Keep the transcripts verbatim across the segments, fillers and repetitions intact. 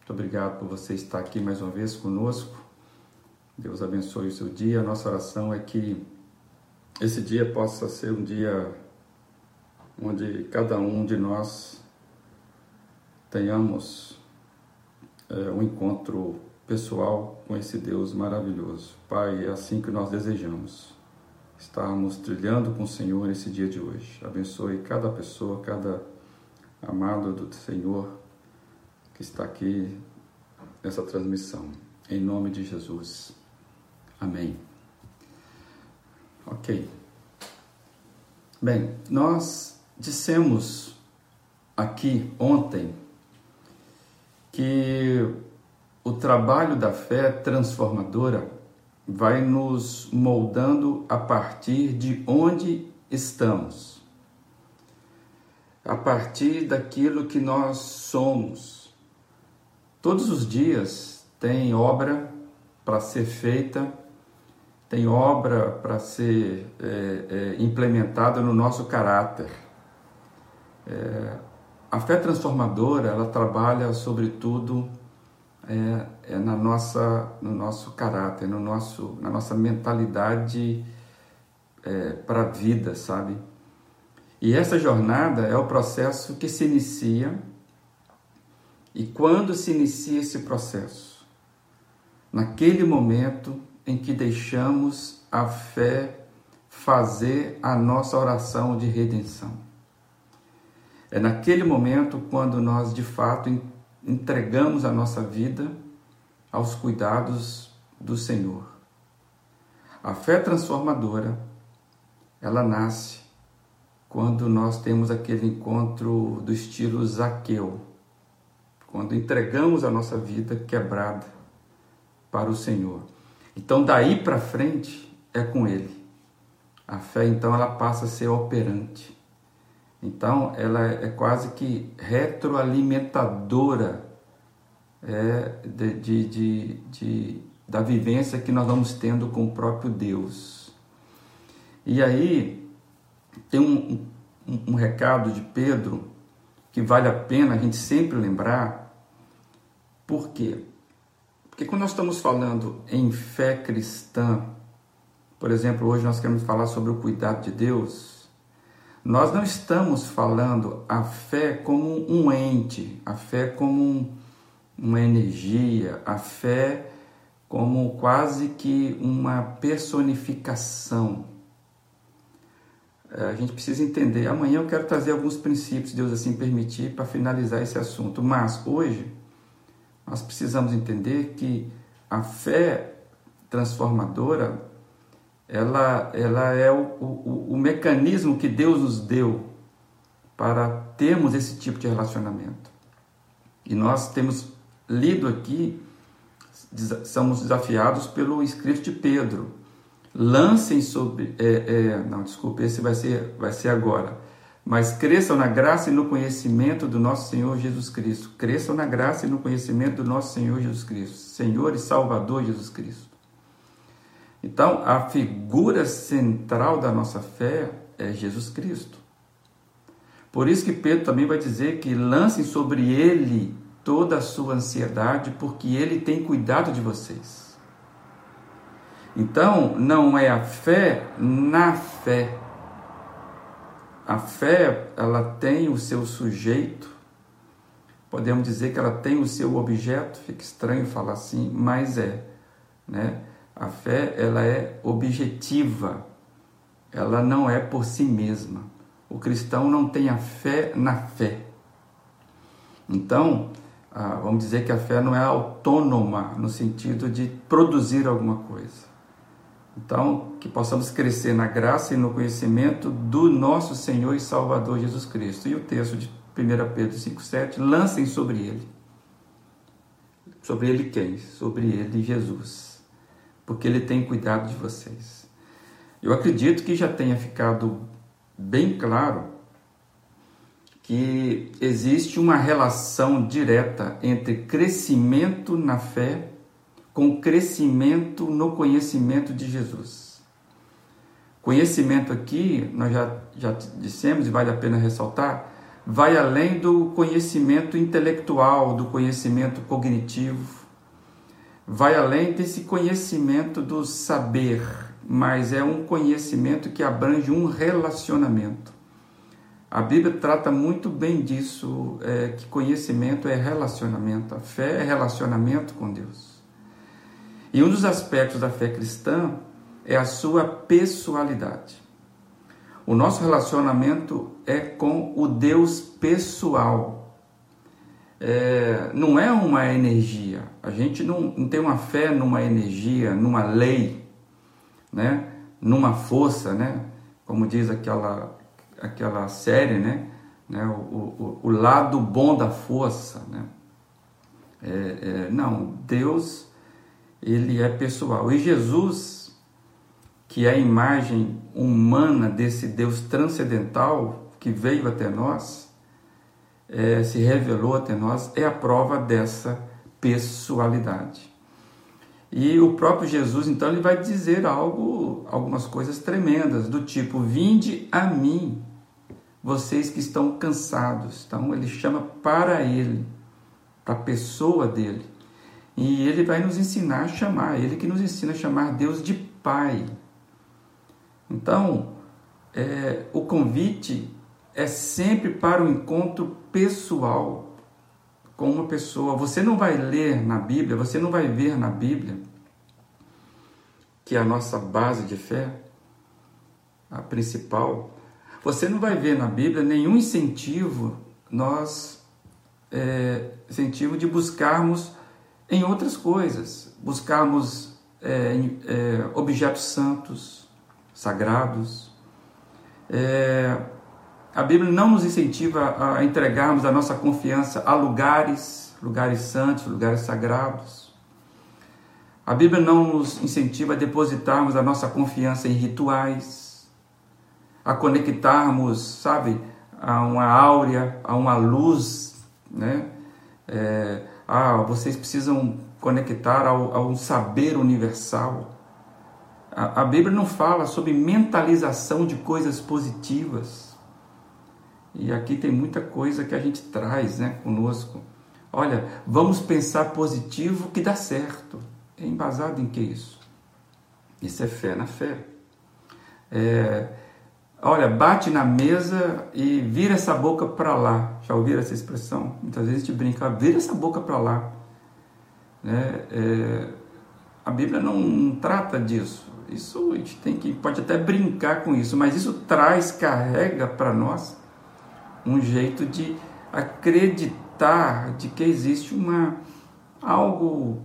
Muito obrigado por você estar aqui mais uma vez conosco. Deus abençoe o seu dia. A nossa oração é que esse dia possa ser um dia onde cada um de nós tenhamos é, um encontro pessoal com esse Deus maravilhoso. Pai, é assim que nós desejamos. Estarmos trilhando com o Senhor nesse dia de hoje. Abençoe cada pessoa, cada amado do Senhor que está aqui nessa transmissão. Em nome de Jesus. Amém. Ok. Bem, nós dissemos aqui ontem que o trabalho da fé transformadora vai nos moldando a partir de onde estamos, a partir daquilo que nós somos. Todos os dias tem obra para ser feita, tem obra para ser é, é, implementada no nosso caráter. É, a fé transformadora, ela trabalha sobretudo É, é na nossa, no nosso caráter, no nosso, na nossa mentalidade é, para a vida, sabe? E essa jornada é o processo que se inicia. E quando se inicia esse processo? Naquele momento em que deixamos a fé fazer a nossa oração de redenção. É naquele momento quando nós, de fato, entregamos a nossa vida aos cuidados do Senhor. A fé transformadora, ela nasce quando nós temos aquele encontro do estilo Zaqueu, quando entregamos a nossa vida quebrada para o Senhor. Então, daí para frente, é com Ele. A fé, então, ela passa a ser operante. Então, ela é quase que retroalimentadora é, de, de, de, de, da vivência que nós vamos tendo com o próprio Deus. E aí, tem um, um, um recado de Pedro que vale a pena a gente sempre lembrar. Por quê? Porque quando nós estamos falando em fé cristã, por exemplo, hoje nós queremos falar sobre o cuidado de Deus. Nós não estamos falando a fé como um ente, a fé como um, uma energia, a fé como quase que uma personificação. A gente precisa entender. Amanhã eu quero trazer alguns princípios, se Deus assim permitir, para finalizar esse assunto. Mas hoje nós precisamos entender que a fé transformadora Ela, ela é o, o, o mecanismo que Deus nos deu para termos esse tipo de relacionamento. E nós temos lido aqui, somos desafiados pelo escrito de Pedro. Lancem sobre... É, é, não, desculpa, esse vai ser, vai ser agora. Mas cresçam na graça e no conhecimento do nosso Senhor Jesus Cristo. Cresçam na graça e no conhecimento do nosso Senhor Jesus Cristo. Senhor e Salvador Jesus Cristo. Então, a figura central da nossa fé é Jesus Cristo. Por isso que Pedro também vai dizer que lancem sobre Ele toda a sua ansiedade, porque Ele tem cuidado de vocês. Então, não é a fé na fé. A fé, ela tem o seu sujeito, podemos dizer que ela tem o seu objeto, fica estranho falar assim, mas é, né? A fé, ela é objetiva, ela não é por si mesma. O cristão não tem a fé na fé. Então, vamos dizer que a fé não é autônoma no sentido de produzir alguma coisa. Então, que possamos crescer na graça e no conhecimento do nosso Senhor e Salvador Jesus Cristo. E o texto de primeira Pedro cinco, sete, lancem sobre Ele. Sobre Ele quem? Sobre Ele Jesus. Porque Ele tem cuidado de vocês. Eu acredito que já tenha ficado bem claro que existe uma relação direta entre crescimento na fé com crescimento no conhecimento de Jesus. Conhecimento aqui, nós já, já dissemos e vale a pena ressaltar, vai além do conhecimento intelectual, do conhecimento cognitivo, vai além desse conhecimento do saber, mas é um conhecimento que abrange um relacionamento. A Bíblia trata muito bem disso, é, que conhecimento é relacionamento, a fé é relacionamento com Deus. E um dos aspectos da fé cristã é a sua pessoalidade. O nosso relacionamento é com o Deus pessoal. É, não é uma energia. A gente não, não tem uma fé numa energia, numa lei, né? Numa força, né? Como diz aquela, aquela série, né? né? O, o, o lado bom da força, né? É, é, não, Deus, ele é pessoal. E Jesus, que é a imagem humana desse Deus transcendental que veio até nós, é, se revelou até nós, é a prova dessa pessoalidade. E o próprio Jesus, então, ele vai dizer algo, algumas coisas tremendas, do tipo, vinde a mim, vocês que estão cansados. Então, ele chama para ele, para a pessoa dele. E ele vai nos ensinar a chamar, ele que nos ensina a chamar Deus de Pai. Então, é, o convite é sempre para o encontro pessoal com uma pessoa. Você não vai ler na Bíblia, você não vai ver na Bíblia, que é a nossa base de fé, a principal, você não vai ver na Bíblia nenhum incentivo, nós, é, incentivo de buscarmos em outras coisas, buscarmos é, é, objetos santos, sagrados. É, a Bíblia não nos incentiva a entregarmos a nossa confiança a lugares, lugares santos, lugares sagrados. A Bíblia não nos incentiva a depositarmos a nossa confiança em rituais, a conectarmos, sabe, a uma áurea, a uma luz, né? É, ah, vocês precisam conectar ao, a um saber universal. A, a Bíblia não fala sobre mentalização de coisas positivas. E aqui tem muita coisa que a gente traz, né, conosco. Olha, vamos pensar positivo que dá certo. É embasado em que isso? Isso é fé na fé. É, olha, bate na mesa e vira essa boca para lá. Já ouviram essa expressão? Muitas vezes a gente brinca, vira essa boca para lá. Né? É, a Bíblia não, não trata disso. Isso a gente tem que, pode até brincar com isso, mas isso traz, carrega para nós um jeito de acreditar de que existe uma, algo,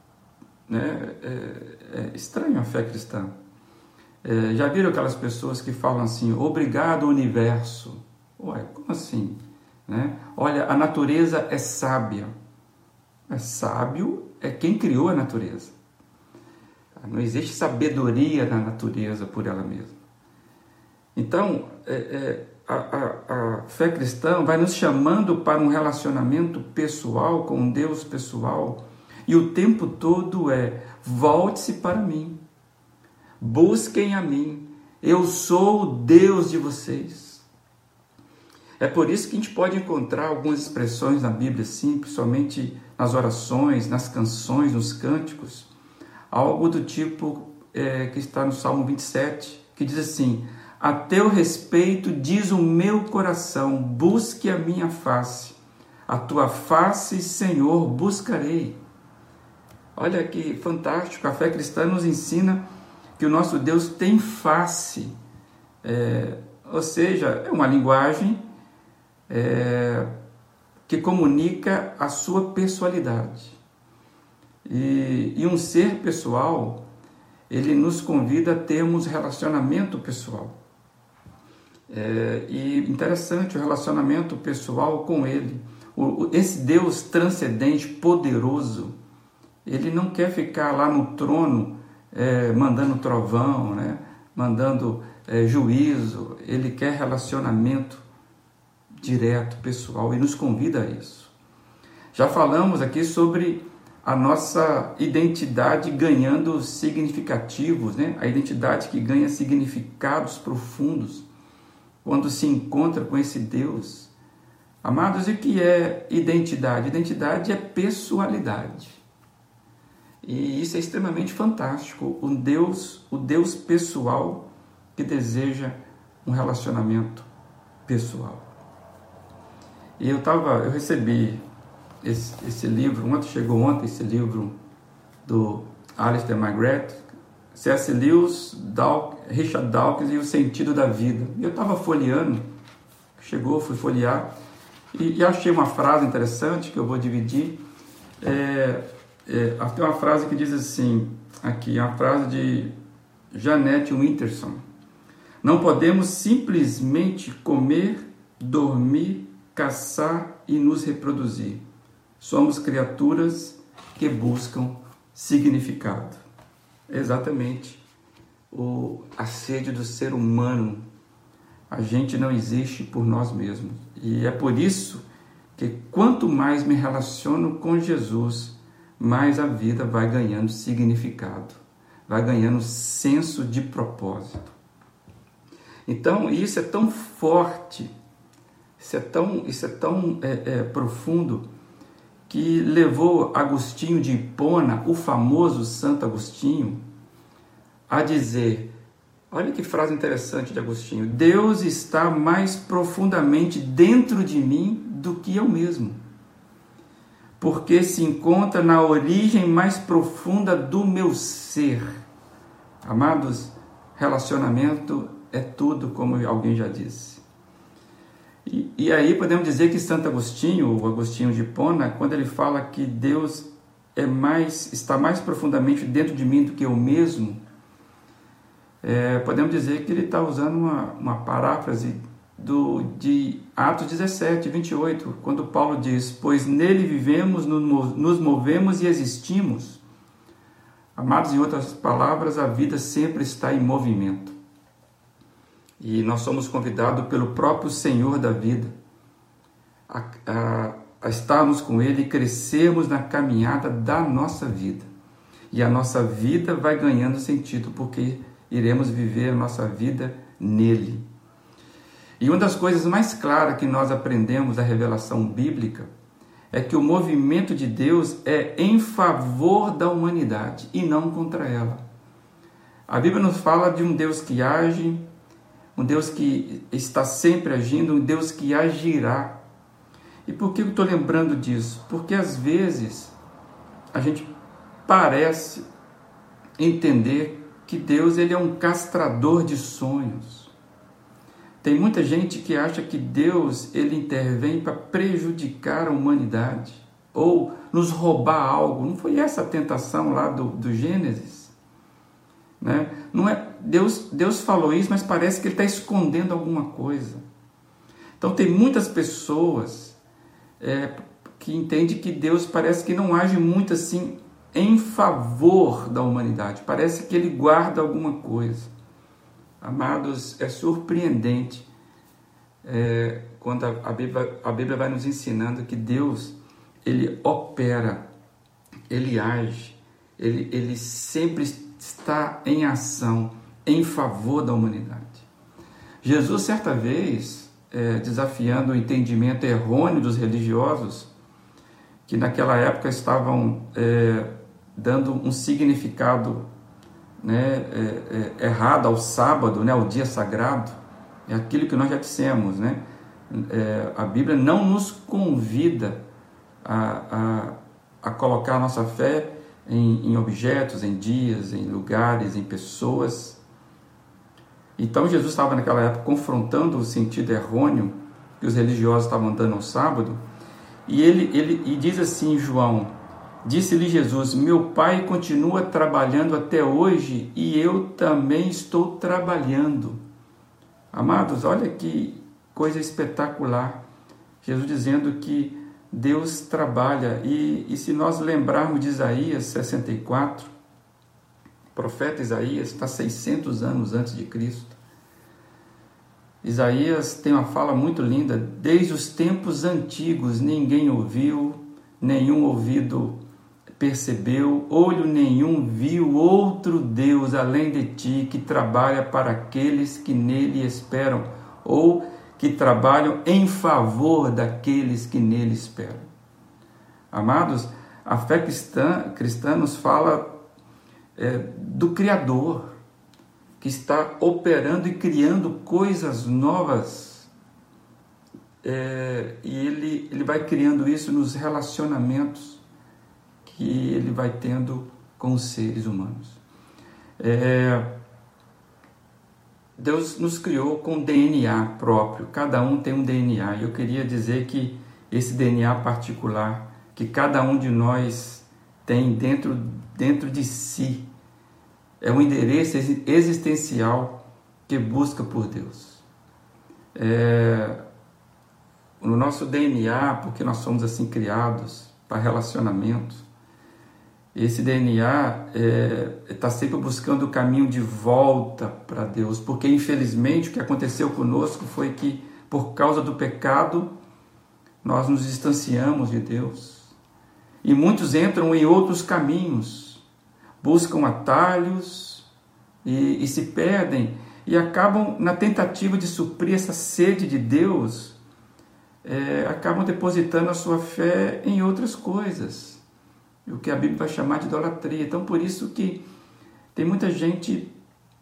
né, é, é estranho a fé cristã. É, já viram aquelas pessoas que falam assim, obrigado universo? Ué, como assim? Né? Olha, a natureza é sábia. É sábio é quem criou a natureza. Não existe sabedoria na natureza por ela mesma. Então, é, é, a, a, a fé cristã vai nos chamando para um relacionamento pessoal com um Deus pessoal, e o tempo todo é, volte-se para mim, busquem a mim, eu sou o Deus de vocês. É por isso que a gente pode encontrar algumas expressões na Bíblia, assim, principalmente nas orações, nas canções, nos cânticos, algo do tipo é, que está no Salmo vinte e sete, que diz assim, a teu respeito diz o meu coração, busque a minha face, a tua face, Senhor, buscarei. Olha que fantástico, a fé cristã nos ensina que o nosso Deus tem face, é, ou seja, é uma linguagem é, que comunica a sua pessoalidade. E, e um ser pessoal, ele nos convida a termos relacionamento pessoal. É, e interessante o relacionamento pessoal com ele. O, esse Deus transcendente, poderoso, ele não quer ficar lá no trono é, mandando trovão, né? Mandando é, juízo. Ele quer relacionamento direto, pessoal, e nos convida a isso. Já falamos aqui sobre a nossa identidade ganhando significativos, né? A identidade que ganha significados profundos quando se encontra com esse Deus Amados, e o que é identidade? Identidade é pessoalidade. E isso é extremamente fantástico. O Deus, o Deus pessoal que deseja um relacionamento pessoal. E eu tava, eu recebi esse, esse livro, ontem chegou ontem esse livro do Alistair McGrath, C S. Lewis, Daw, Richard Dawkins e o Sentido da Vida. E eu estava folheando, chegou, fui folhear, e, e achei uma frase interessante que eu vou dividir. É, é, tem uma frase que diz assim, aqui, uma frase de Jeanette Winterson: não podemos simplesmente comer, dormir, caçar e nos reproduzir. Somos criaturas que buscam significado. É exatamente o, a sede do ser humano. A gente não existe por nós mesmos. E é por isso que quanto mais me relaciono com Jesus, mais a vida vai ganhando significado, vai ganhando senso de propósito. Então, isso é tão forte, isso é tão, isso é tão é, é, profundo, que levou Agostinho de Hipona, o famoso Santo Agostinho, a dizer, olha que frase interessante de Agostinho: Deus está mais profundamente dentro de mim do que eu mesmo, porque se encontra na origem mais profunda do meu ser. Amados, relacionamento é tudo, como alguém já disse. E, e aí podemos dizer que Santo Agostinho, o Agostinho de Hipona, quando ele fala que Deus é mais, está mais profundamente dentro de mim do que eu mesmo, é, podemos dizer que ele está usando uma, uma paráfrase do, de Atos dezessete, vinte e oito, quando Paulo diz: pois nele vivemos, nos movemos e existimos. Amados, em outras palavras, a vida sempre está em movimento. E nós somos convidados pelo próprio Senhor da vida a, a, a estarmos com Ele e crescermos na caminhada da nossa vida. E a nossa vida vai ganhando sentido, porque iremos viver a nossa vida nele. E uma das coisas mais claras que nós aprendemos da revelação bíblica é que o movimento de Deus é em favor da humanidade e não contra ela. A Bíblia nos fala de um Deus que age, um Deus que está sempre agindo, um Deus que agirá. E por que eu estou lembrando disso? Porque às vezes a gente parece entender que Deus ele é um castrador de sonhos. Tem muita gente que acha que Deus ele intervém para prejudicar a humanidade ou nos roubar algo. Não foi essa a tentação lá do, do Gênesis? Né? Não é, Deus, Deus falou isso, mas parece que Ele está escondendo alguma coisa. Então tem muitas pessoas é, que entendem que Deus parece que não age muito assim em favor da humanidade. Parece que Ele guarda alguma coisa. Amados, é surpreendente é, quando a, a, Bíblia, a Bíblia vai nos ensinando que Deus, Ele opera, Ele age, Ele, ele sempre está em ação em favor da humanidade. Jesus, certa vez, é, desafiando o entendimento errôneo dos religiosos, que naquela época estavam é, dando um significado né, é, é, errado ao sábado, né, ao dia sagrado, é aquilo que nós já dissemos, né? É, a Bíblia não nos convida a, a, a colocar a nossa fé em, em objetos, em dias, em lugares, em pessoas. Então Jesus estava naquela época confrontando o sentido errôneo que os religiosos estavam dando ao sábado, e ele, ele e diz assim, João: disse-lhe Jesus: meu Pai continua trabalhando até hoje e eu também estou trabalhando. Amados, olha que coisa espetacular. Jesus dizendo que Deus trabalha. E, e se nós lembrarmos de Isaías sessenta e quatro, o profeta Isaías está seiscentos anos antes de Cristo. Isaías tem uma fala muito linda: desde os tempos antigos ninguém ouviu, nenhum ouvido percebeu, olho nenhum viu outro Deus além de ti, que trabalha para aqueles que nele esperam, ou que trabalham em favor daqueles que nele esperam. Amados, a fé cristã, cristã nos fala é, do Criador, que está operando e criando coisas novas. É, e ele, ele vai criando isso nos relacionamentos que ele vai tendo com os seres humanos. É, Deus nos criou com D N A próprio, cada um tem um D N A, e eu queria dizer que esse D N A particular, que cada um de nós tem dentro, dentro de si, é um endereço existencial que busca por Deus. É, no nosso D N A, porque nós somos assim criados para relacionamento, esse D N A está é, sempre buscando o caminho de volta para Deus, porque infelizmente o que aconteceu conosco foi que, por causa do pecado, nós nos distanciamos de Deus. E muitos entram em outros caminhos, buscam atalhos e, e se perdem, e acabam, na tentativa de suprir essa sede de Deus, é, acabam depositando a sua fé em outras coisas, o que a Bíblia vai chamar de idolatria. Então, por isso que tem muita gente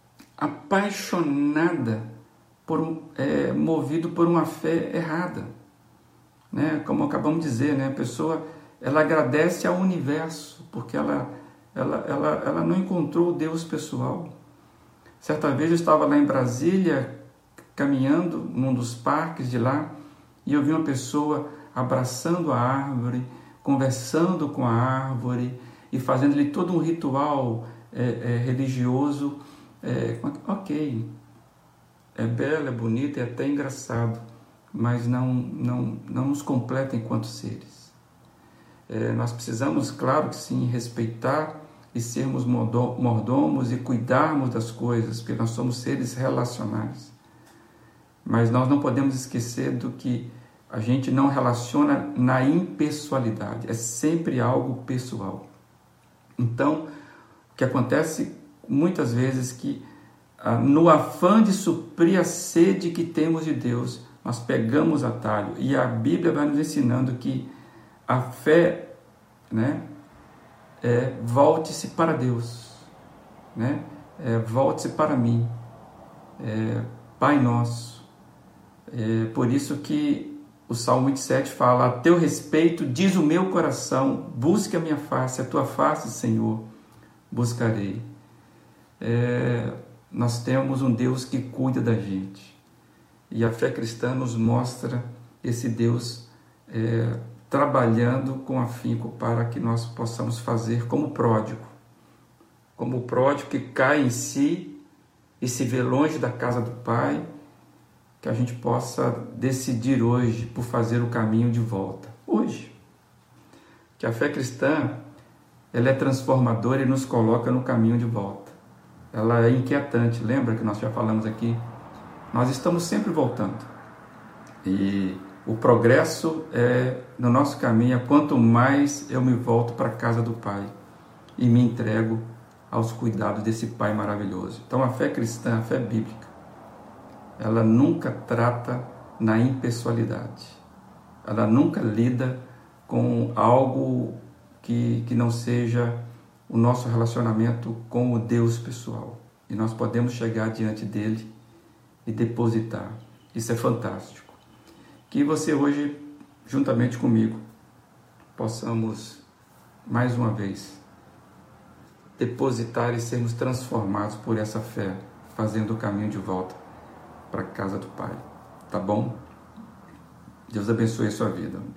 apaixonada, por, é, movido por uma fé errada, né? Como acabamos de dizer, né? A pessoa, ela agradece ao universo, porque ela, ela, ela, ela não encontrou o Deus pessoal. Certa vez eu estava lá em Brasília, caminhando num dos parques de lá, e eu vi uma pessoa abraçando a árvore, conversando com a árvore e fazendo-lhe todo um ritual é, é, religioso. É, ok, é belo, é bonito, é até engraçado, mas não, não, não nos completa enquanto seres. É, nós precisamos, claro que sim, respeitar e sermos mordomos e cuidarmos das coisas, porque nós somos seres relacionais. Mas nós não podemos esquecer do que a gente não relaciona na impessoalidade, é sempre algo pessoal. Então, o que acontece muitas vezes é que, no afã de suprir a sede que temos de Deus, nós pegamos atalho. E a Bíblia vai nos ensinando que a fé, né, é volte-se para Deus, né, é, volte-se para mim, é, Pai Nosso. É por isso que o Salmo vinte e sete fala: a teu respeito diz o meu coração, busque a minha face, a tua face, Senhor, buscarei. É, nós temos um Deus que cuida da gente, e a fé cristã nos mostra esse Deus é, trabalhando com afinco para que nós possamos fazer como o pródigo, como o pródigo que cai em si e se vê longe da casa do Pai, que a gente possa decidir hoje por fazer o caminho de volta. Hoje. Que a fé cristã, ela é transformadora e nos coloca no caminho de volta. Ela é inquietante. Lembra que nós já falamos aqui? Nós estamos sempre voltando. E o progresso é no nosso caminho, quanto mais eu me volto para a casa do Pai e me entrego aos cuidados desse Pai maravilhoso. Então a fé cristã, a fé bíblica, ela nunca trata na impessoalidade. Ela nunca lida com algo que, que não seja o nosso relacionamento com o Deus pessoal. E nós podemos chegar diante dele e depositar. Isso é fantástico. Que você hoje, juntamente comigo, possamos, mais uma vez, depositar e sermos transformados por essa fé, fazendo o caminho de volta para a casa do Pai. Tá bom? Deus abençoe a sua vida.